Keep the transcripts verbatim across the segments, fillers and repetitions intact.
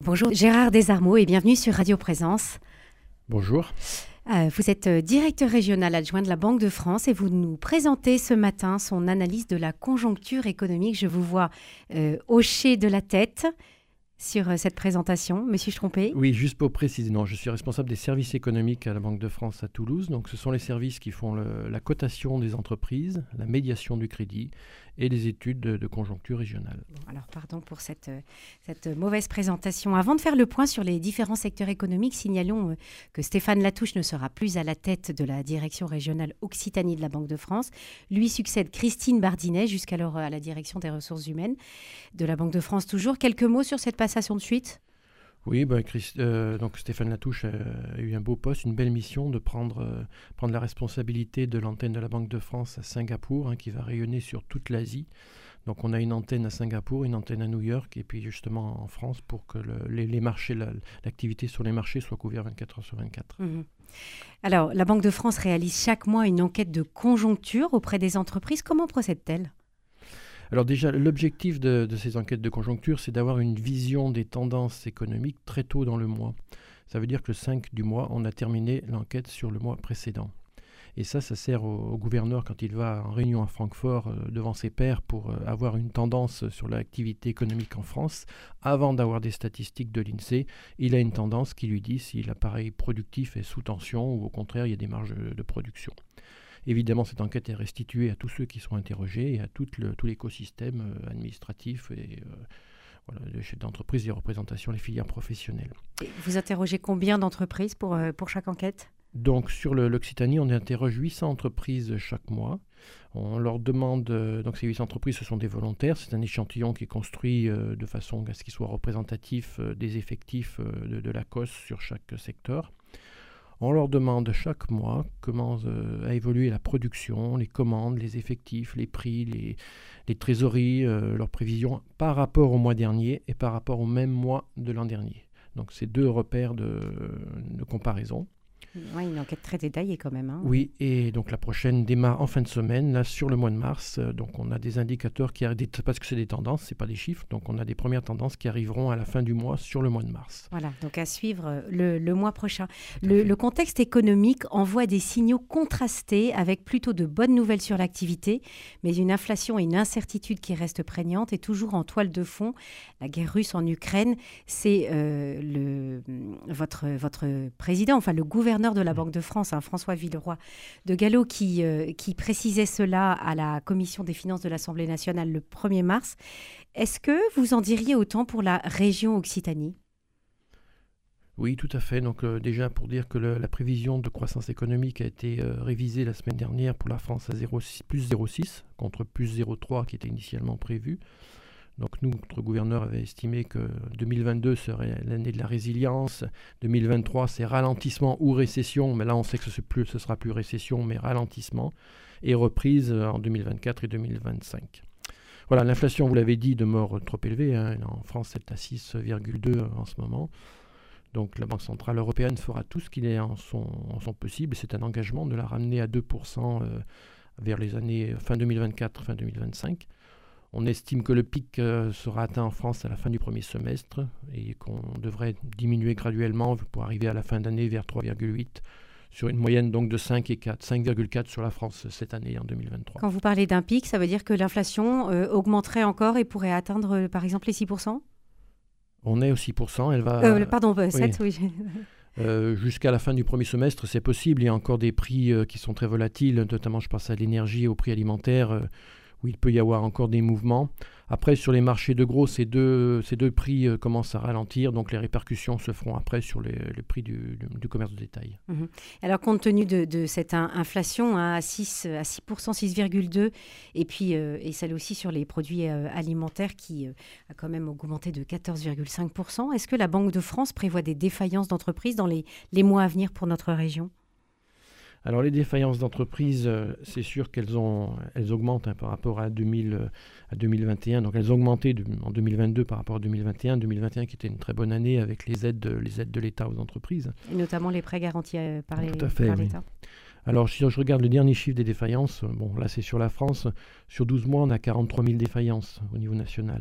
Bonjour Gérard Desarmeaux et bienvenue sur Radio Présence. Bonjour. Euh, vous êtes directeur régional adjoint de la Banque de France et vous nous présentez ce matin son analyse de la conjoncture économique. Je vous vois euh, hocher de la tête sur euh, cette présentation. Monsieur Strompé ? Oui, juste pour préciser, non, je suis responsable des services économiques à la Banque de France à Toulouse. Donc, ce sont les services qui font le, la cotation des entreprises, la médiation du crédit et les études de, de conjoncture régionale. Bon, alors, pardon pour cette, cette mauvaise présentation. Avant de faire le point sur les différents secteurs économiques, signalons que Stéphane Latouche ne sera plus à la tête de la direction régionale Occitanie de la Banque de France. Lui succède Christine Bardinet, jusqu'alors à la direction des ressources humaines de la Banque de France toujours. Quelques mots sur cette passation de suite ? Oui, ben, Christ, euh, donc Stéphane Latouche a, a eu un beau poste, une belle mission de prendre, euh, prendre la responsabilité de l'antenne de la Banque de France à Singapour, hein, qui va rayonner sur toute l'Asie. Donc on a une antenne à Singapour, une antenne à New York et puis justement en France pour que le, les, les marchés, la, l'activité sur les marchés soit couverte vingt-quatre heures sur vingt-quatre. Mmh. Alors, la Banque de France réalise chaque mois une enquête de conjoncture auprès des entreprises. Comment procède-t-elle ? Alors déjà, l'objectif de, de ces enquêtes de conjoncture, c'est d'avoir une vision des tendances économiques très tôt dans le mois. Ça veut dire que le cinq du mois, on a terminé l'enquête sur le mois précédent. Et ça, ça sert au, au gouverneur quand il va en réunion à Francfort euh, devant ses pairs pour euh, avoir une tendance sur l'activité économique en France. Avant d'avoir des statistiques de l'INSEE, il a une tendance qui lui dit si l'appareil productif est sous tension ou au contraire, il y a des marges de, de production. Évidemment, cette enquête est restituée à tous ceux qui sont interrogés et à tout, le, tout l'écosystème euh, administratif et euh, voilà, les chefs d'entreprise, les représentations, les filières professionnelles. Et vous interrogez combien d'entreprises pour, euh, pour chaque enquête ? Donc sur le, l'Occitanie, on interroge huit cents entreprises chaque mois. On leur demande, euh, donc ces huit cents entreprises, ce sont des volontaires. C'est un échantillon qui est construit euh, de façon à ce qu'il soit représentatif euh, des effectifs euh, de, de la C O S sur chaque secteur. On leur demande chaque mois comment euh, a évolué la production, les commandes, les effectifs, les prix, les, les trésoreries, euh, leurs prévisions par rapport au mois dernier et par rapport au même mois de l'an dernier. Donc c'est deux repères de, de comparaison. Oui, une enquête très détaillée quand même. Hein. Oui, et donc la prochaine démarre en fin de semaine, là sur le mois de mars. Euh, donc on a des indicateurs qui arrivent, parce que c'est des tendances, c'est pas des chiffres. Donc on a des premières tendances qui arriveront à la fin du mois sur le mois de mars. Voilà, donc à suivre le, le mois prochain. Le, le contexte économique envoie des signaux contrastés avec plutôt de bonnes nouvelles sur l'activité, mais une inflation et une incertitude qui restent prégnantes et toujours en toile de fond. La guerre russe en Ukraine, c'est euh, le, votre, votre président, enfin le gouverneur de la Banque de France, hein, François Villeroy de Galhau, qui, euh, qui précisait cela à la Commission des finances de l'Assemblée nationale le premier mars. Est-ce que vous en diriez autant pour la région Occitanie ? Oui, tout à fait. Donc euh, déjà pour dire que le, la prévision de croissance économique a été euh, révisée la semaine dernière pour la France à zéro virgule six, plus zéro virgule six contre plus zéro virgule trois qui était initialement prévu. Donc nous, notre gouverneur avait estimé que deux mille vingt-deux serait l'année de la résilience, deux mille vingt-trois c'est ralentissement ou récession, mais là on sait que ce ne sera plus récession mais ralentissement, et reprise en deux mille vingt-quatre et deux mille vingt-cinq. Voilà, l'inflation, vous l'avez dit, demeure trop élevée, hein. En France c'est à six virgule deux en ce moment. Donc la Banque centrale européenne fera tout ce qu'il est en son, en son possible, et c'est un engagement de la ramener à deux pour cent euh, vers les années fin deux mille vingt-quatre, fin deux mille vingt-cinq. On estime que le pic euh, sera atteint en France à la fin du premier semestre et qu'on devrait diminuer graduellement pour arriver à la fin d'année vers trois virgule huit sur une moyenne donc de cinq et quatre, cinq virgule quatre sur la France cette année en deux mille vingt-trois. Quand vous parlez d'un pic, ça veut dire que l'inflation euh, augmenterait encore et pourrait atteindre euh, par exemple les six pour cent ? On est au six pour cent, elle va... Euh, pardon, euh, sept, oui. oui. Euh, jusqu'à la fin du premier semestre, c'est possible. Il y a encore des prix euh, qui sont très volatiles, notamment je pense à l'énergie et aux prix alimentaires, euh, où il peut y avoir encore des mouvements. Après, sur les marchés de gros, ces deux, ces deux prix euh, commencent à ralentir, donc les répercussions se feront après sur les, les prix du, du, du commerce de détail. Mmh. Alors, compte tenu de, de cette in- inflation hein, à six, à six pour cent, six virgule deux, et puis euh, et celle aussi sur les produits euh, alimentaires qui euh, a quand même augmenté de quatorze virgule cinq pour cent, est-ce que la Banque de France prévoit des défaillances d'entreprises dans les, les mois à venir pour notre région ? Alors les défaillances d'entreprise, euh, c'est sûr qu'elles ont, elles augmentent hein, par rapport à, deux mille, euh, à deux mille vingt et un. Donc elles ont augmenté de, en deux mille vingt-deux par rapport à deux mille vingt et un. deux mille vingt et un qui était une très bonne année avec les aides, les aides de l'État aux entreprises. Et notamment les prêts garantis euh, par, les, Tout à fait, par oui. l'État. Alors si je regarde le dernier chiffre des défaillances, bon là c'est sur la France, sur douze mois on a quarante-trois mille défaillances au niveau national.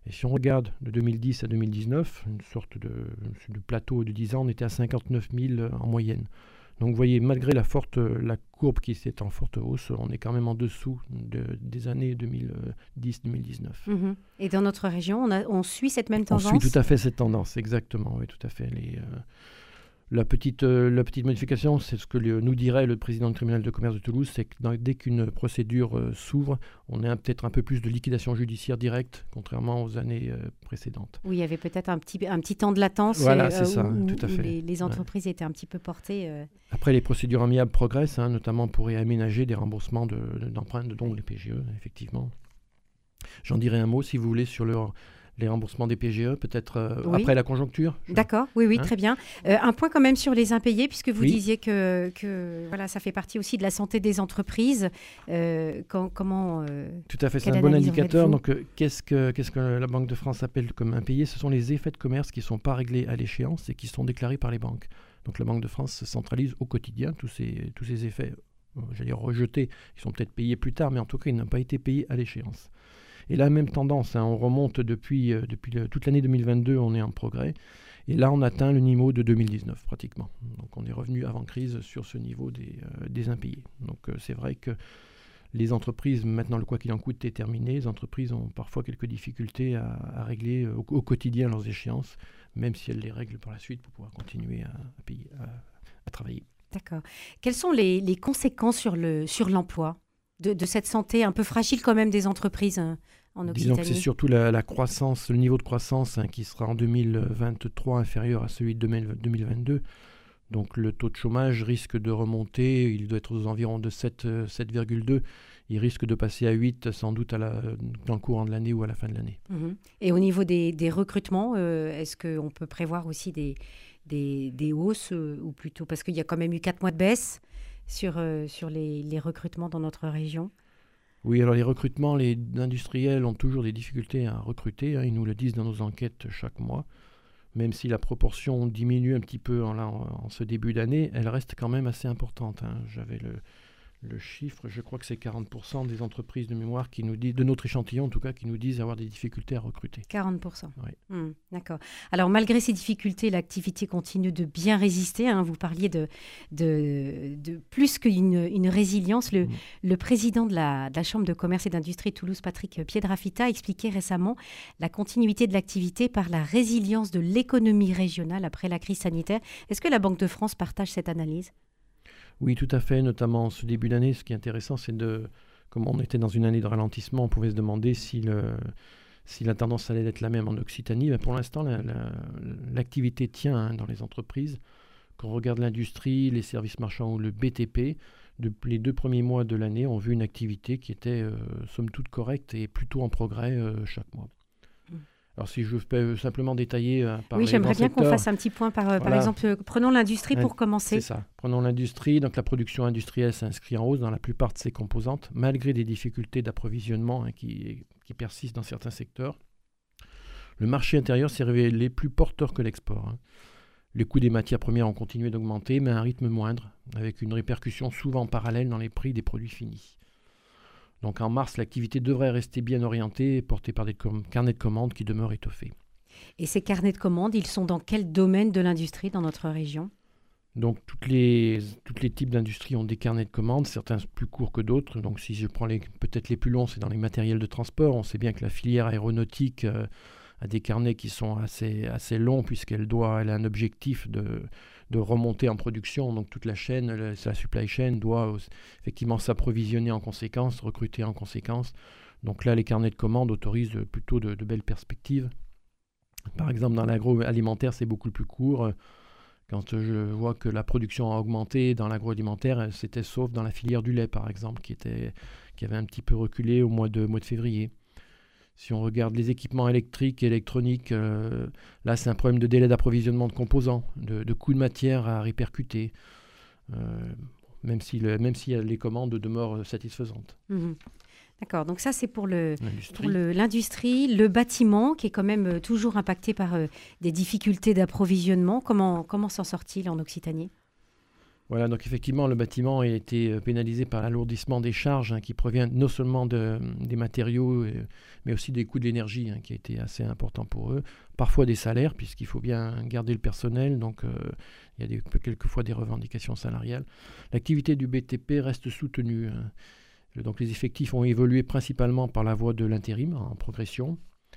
Et si on regarde de deux mille dix à deux mille dix-neuf, une sorte de, de plateau de dix ans, on était à cinquante-neuf mille en moyenne. Donc vous voyez, malgré la, forte, la courbe qui était en forte hausse, on est quand même en dessous de, des années deux mille dix deux mille dix-neuf. Mmh. Et dans notre région, on, a, on suit cette même tendance? On suit tout à fait cette tendance, exactement, oui, tout à fait. Les, euh, la, petite, euh, la petite modification, c'est ce que le, nous dirait le président du tribunal de commerce de Toulouse, c'est que dans, dès qu'une procédure euh, s'ouvre, on a peut-être un peu plus de liquidation judiciaire directe, contrairement aux années euh, précédentes. Oui, il y avait peut-être un petit, un petit temps de latence. Voilà, euh, c'est ça, où, tout à fait. Où les, les entreprises ouais. étaient un petit peu portées. Euh... Après, les procédures amiables progressent, hein, notamment pour aménager des remboursements de, de, d'emprunts, dont les P G E, effectivement. J'en dirai un mot, si vous voulez, sur le, les remboursements des P G E, peut-être euh, oui. après la conjoncture. Je... D'accord, oui, oui, hein? Très bien. Euh, un point quand même sur les impayés, puisque vous oui. disiez que, que voilà, ça fait partie aussi de la santé des entreprises. Euh, quand, comment euh, Tout à fait, c'est un bon indicateur. Donc, euh, qu'est-ce, que, qu'est-ce que la Banque de France appelle comme impayés? Ce sont les effets de commerce qui ne sont pas réglés à l'échéance et qui sont déclarés par les banques. Donc, la Banque de France centralise au quotidien tous ces, tous ces effets, euh, j'allais dire rejetés, qui sont peut-être payés plus tard, mais en tout cas, ils n'ont pas été payés à l'échéance. Et là, même tendance, hein, on remonte depuis, euh, depuis le, toute l'année deux mille vingt-deux, on est en progrès. Et là, on atteint le niveau de deux mille dix-neuf pratiquement. Donc, on est revenu avant crise sur ce niveau des, euh, des impayés. Donc, euh, c'est vrai que les entreprises, maintenant le quoi qu'il en coûte est terminé, les entreprises ont parfois quelques difficultés à, à régler au, au quotidien leurs échéances, même si elles les règlent par la suite pour pouvoir continuer à, à, payer, à, à travailler. D'accord. Quelles sont les, les conséquences sur, le, sur l'emploi de, de cette santé un peu fragile quand même des entreprises hein, en Occitanie? Disons que c'est surtout la, la croissance, le niveau de croissance hein, qui sera en deux mille vingt-trois inférieur à celui de deux mille vingt-deux. Donc le taux de chômage risque de remonter, il doit être aux environs de sept virgule deux. Il risque de passer à huit sans doute à la, dans le courant de l'année ou à la fin de l'année. Mmh. Et au niveau des, des recrutements, euh, est-ce qu'on peut prévoir aussi des, des, des hausses euh, ou plutôt parce qu'il y a quand même eu quatre mois de baisse sur, euh, sur les, les recrutements dans notre région? Oui, alors les recrutements, les industriels ont toujours des difficultés à recruter. Hein, ils nous le disent dans nos enquêtes chaque mois. Même si la proportion diminue un petit peu en, en, en ce début d'année, elle reste quand même assez importante. Hein. J'avais le, le chiffre, je crois que c'est quarante pour cent des entreprises de mémoire qui nous disent, de notre échantillon en tout cas, qui nous disent avoir des difficultés à recruter. quarante pour cent. Oui. Mmh, d'accord. Alors malgré ces difficultés, l'activité continue de bien résister. Hein. Vous parliez de, de, de plus qu'une une résilience. Le, mmh. le président de la, de la Chambre de commerce et d'industrie Toulouse, Patrick Piedrafita, expliquait récemment la continuité de l'activité par la résilience de l'économie régionale après la crise sanitaire. Est-ce que la Banque de France partage cette analyse ? Oui, tout à fait, notamment en ce début d'année. Ce qui est intéressant, c'est de, comme on était dans une année de ralentissement, on pouvait se demander si, le, si la tendance allait être la même en Occitanie. Mais pour l'instant, la, la, l'activité tient hein, dans les entreprises. Quand on regarde l'industrie, les services marchands ou le B T P, de, les deux premiers mois de l'année ont vu une activité qui était euh, somme toute correcte et plutôt en progrès euh, chaque mois. Alors si je peux simplement détailler euh, par oui, les j'aimerais bien secteurs, qu'on fasse un petit point par, voilà. par exemple, euh, prenons l'industrie pour commencer. C'est ça, prenons l'industrie. Donc la production industrielle s'inscrit en hausse dans la plupart de ses composantes, malgré des difficultés d'approvisionnement hein, qui, qui persistent dans certains secteurs. Le marché intérieur s'est révélé plus porteur que l'export. Hein. Les coûts des matières premières ont continué d'augmenter, mais à un rythme moindre, avec une répercussion souvent parallèle dans les prix des produits finis. Donc en mars, l'activité devrait rester bien orientée, portée par des com- carnets de commandes qui demeurent étoffés. Et ces carnets de commandes, ils sont dans quel domaine de l'industrie dans notre région ? Donc toutes les, toutes les types d'industries ont des carnets de commandes, certains plus courts que d'autres. Donc si je prends les, peut-être les plus longs, c'est dans les matériels de transport. On sait bien que la filière aéronautique euh, a des carnets qui sont assez, assez longs puisqu'elle doit, elle a un objectif de... de remonter en production, donc toute la chaîne, la, la supply chain doit effectivement s'approvisionner en conséquence, recruter en conséquence. Donc là, les carnets de commandes autorisent plutôt de, de belles perspectives. Par exemple, dans l'agroalimentaire, c'est beaucoup plus court. Quand je vois que la production a augmenté dans l'agroalimentaire, c'était sauf dans la filière du lait, par exemple, qui, était, qui avait un petit peu reculé au mois de, mois de février. Si on regarde les équipements électriques et électroniques, euh, là, c'est un problème de délai d'approvisionnement de composants, de, de coûts de matière à répercuter, euh, même, si le, même si les commandes demeurent satisfaisantes. Mmh. D'accord, donc ça, c'est pour, le, l'industrie. pour le, l'industrie, le bâtiment, qui est quand même euh, toujours impacté par euh, des difficultés d'approvisionnement. Comment, comment s'en sort-il en Occitanie ? Voilà, donc effectivement, le bâtiment a été pénalisé par l'alourdissement des charges hein, qui proviennent non seulement de, des matériaux, euh, mais aussi des coûts de l'énergie hein, qui a été assez important pour eux. Parfois des salaires, puisqu'il faut bien garder le personnel, donc euh, il y a des, quelquefois des revendications salariales. L'activité du B T P reste soutenue. Hein. Donc les effectifs ont évolué principalement par la voie de l'intérim en progression.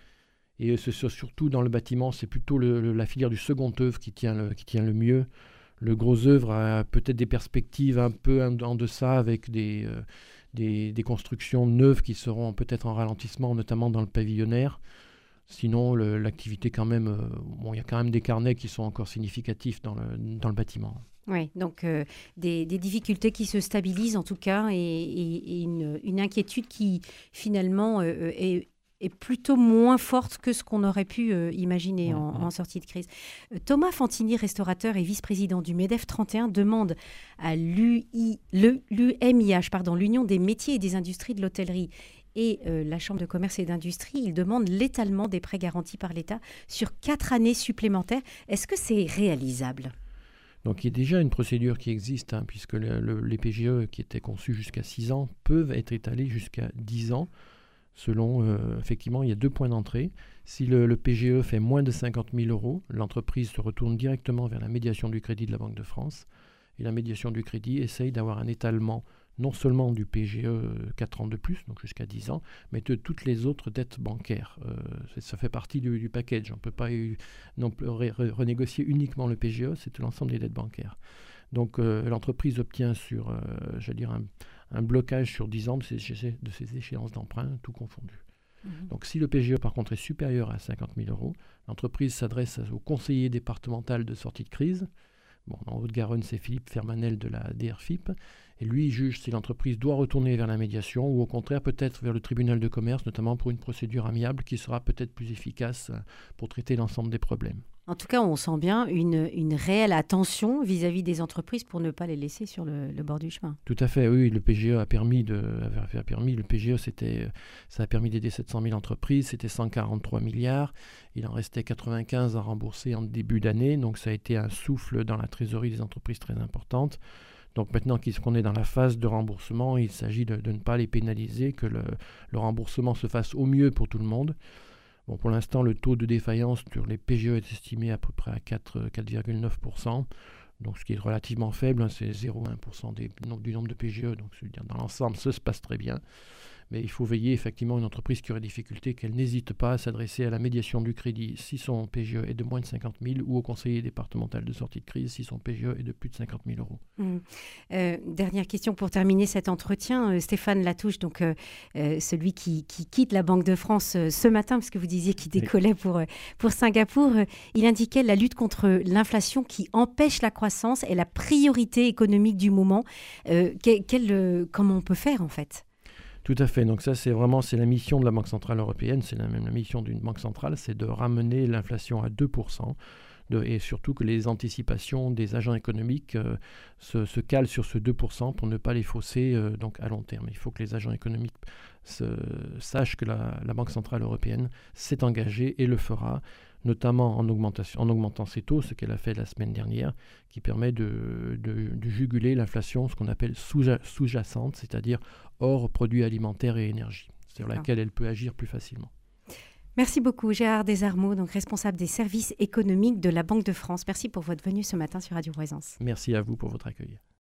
Et ce, surtout dans le bâtiment, c'est plutôt le, le, la filière du second œuvre qui tient le, qui tient le mieux. Le gros œuvre a peut-être des perspectives un peu en, en deçà avec des, euh, des, des constructions neuves qui seront peut-être en ralentissement, notamment dans le pavillonnaire. Sinon, le, l'activité quand même, euh, bon, il y a quand même des carnets qui sont encore significatifs dans le, dans le bâtiment. Oui, donc euh, des, des difficultés qui se stabilisent en tout cas et, et, et une, une inquiétude qui finalement euh, est est plutôt moins forte que ce qu'on aurait pu euh, imaginer mmh, en, mmh. en sortie de crise. Euh, Thomas Fantini, restaurateur et vice-président du MEDEF trente et un, demande à l'U I, le, l'U M I H, pardon, l'Union des métiers et des industries de l'hôtellerie et euh, la Chambre de commerce et d'industrie, il demande l'étalement des prêts garantis par l'État sur quatre années supplémentaires. Est-ce que c'est réalisable ? Donc il y a déjà une procédure qui existe, hein, puisque le, le, les P G E qui étaient conçus jusqu'à six ans peuvent être étalés jusqu'à dix ans. Selon, euh, effectivement, il y a deux points d'entrée. Si le, le P G E fait moins de cinquante mille euros, l'entreprise se retourne directement vers la médiation du crédit de la Banque de France. Et la médiation du crédit essaye d'avoir un étalement non seulement du P G E quatre ans de plus, donc jusqu'à dix ans, mais de toutes les autres dettes bancaires. Euh, ça fait partie du, du package. On ne peut pas eu, non plus re, re, renégocier uniquement le P G E, c'est l'ensemble des dettes bancaires. Donc euh, l'entreprise obtient sur, euh, j'allais dire, un, un blocage sur dix ans de ces, de ces échéances d'emprunt, tout confondu. Mmh. Donc si le P G E par contre est supérieur à cinquante mille euros, l'entreprise s'adresse au conseiller départemental de sortie de crise. Bon, en Haute-Garonne, c'est Philippe Fermanel de la D R F I P. Et lui, il juge si l'entreprise doit retourner vers la médiation ou au contraire peut-être vers le tribunal de commerce, notamment pour une procédure amiable qui sera peut-être plus efficace pour traiter l'ensemble des problèmes. En tout cas, on sent bien une, une réelle attention vis-à-vis des entreprises pour ne pas les laisser sur le, le bord du chemin. Tout à fait, oui. Le P G E a permis de, a permis, le P G E, c'était, ça a permis d'aider sept cent mille entreprises. C'était cent quarante-trois milliards. Il en restait quatre-vingt-quinze à rembourser en début d'année. Donc, ça a été un souffle dans la trésorerie des entreprises très importante. Donc maintenant qu'on est dans la phase de remboursement, il s'agit de, de ne pas les pénaliser, que le, le remboursement se fasse au mieux pour tout le monde. Bon, pour l'instant, le taux de défaillance sur les P G E est estimé à peu près à quatre virgule neuf pour cent. Donc, ce qui est relativement faible, hein, c'est zéro virgule un pour cent des, du nombre de P G E. Donc, c'est-à-dire dans l'ensemble, ça se passe très bien. Mais il faut veiller effectivement une entreprise qui aurait des difficultés, qu'elle n'hésite pas à s'adresser à la médiation du crédit si son P G E est de moins de cinquante mille ou au conseiller départemental de sortie de crise si son P G E est de plus de cinquante mille euros. Mmh. Euh, dernière question pour terminer cet entretien. Euh, Stéphane Latouche, donc, euh, euh, celui qui, qui quitte la Banque de France euh, ce matin, parce que vous disiez qu'il décollait oui. pour, euh, pour Singapour, euh, il indiquait la lutte contre l'inflation qui empêche la croissance est la priorité économique du moment. Euh, quel, quel, euh, comment on peut faire en fait ? Tout à fait. Donc ça, c'est vraiment c'est la mission de la Banque centrale européenne. C'est la même la mission d'une banque centrale, c'est de ramener l'inflation à deux pour cent. De, et surtout que les anticipations des agents économiques euh, se, se calent sur ce deux pour cent pour ne pas les fausser euh, donc à long terme. Il faut que les agents économiques se, sachent que la, la Banque centrale européenne s'est engagée et le fera, notamment en, augmentation, en augmentant ses taux, ce qu'elle a fait la semaine dernière, qui permet de, de, de juguler l'inflation, ce qu'on appelle sous-jacente, c'est-à-dire hors produits alimentaires et énergie, sur laquelle elle peut agir plus facilement. Merci beaucoup Gérard Desarmeaux, donc responsable des services économiques de la Banque de France. Merci pour votre venue ce matin sur Radio Voisance. Merci à vous pour votre accueil.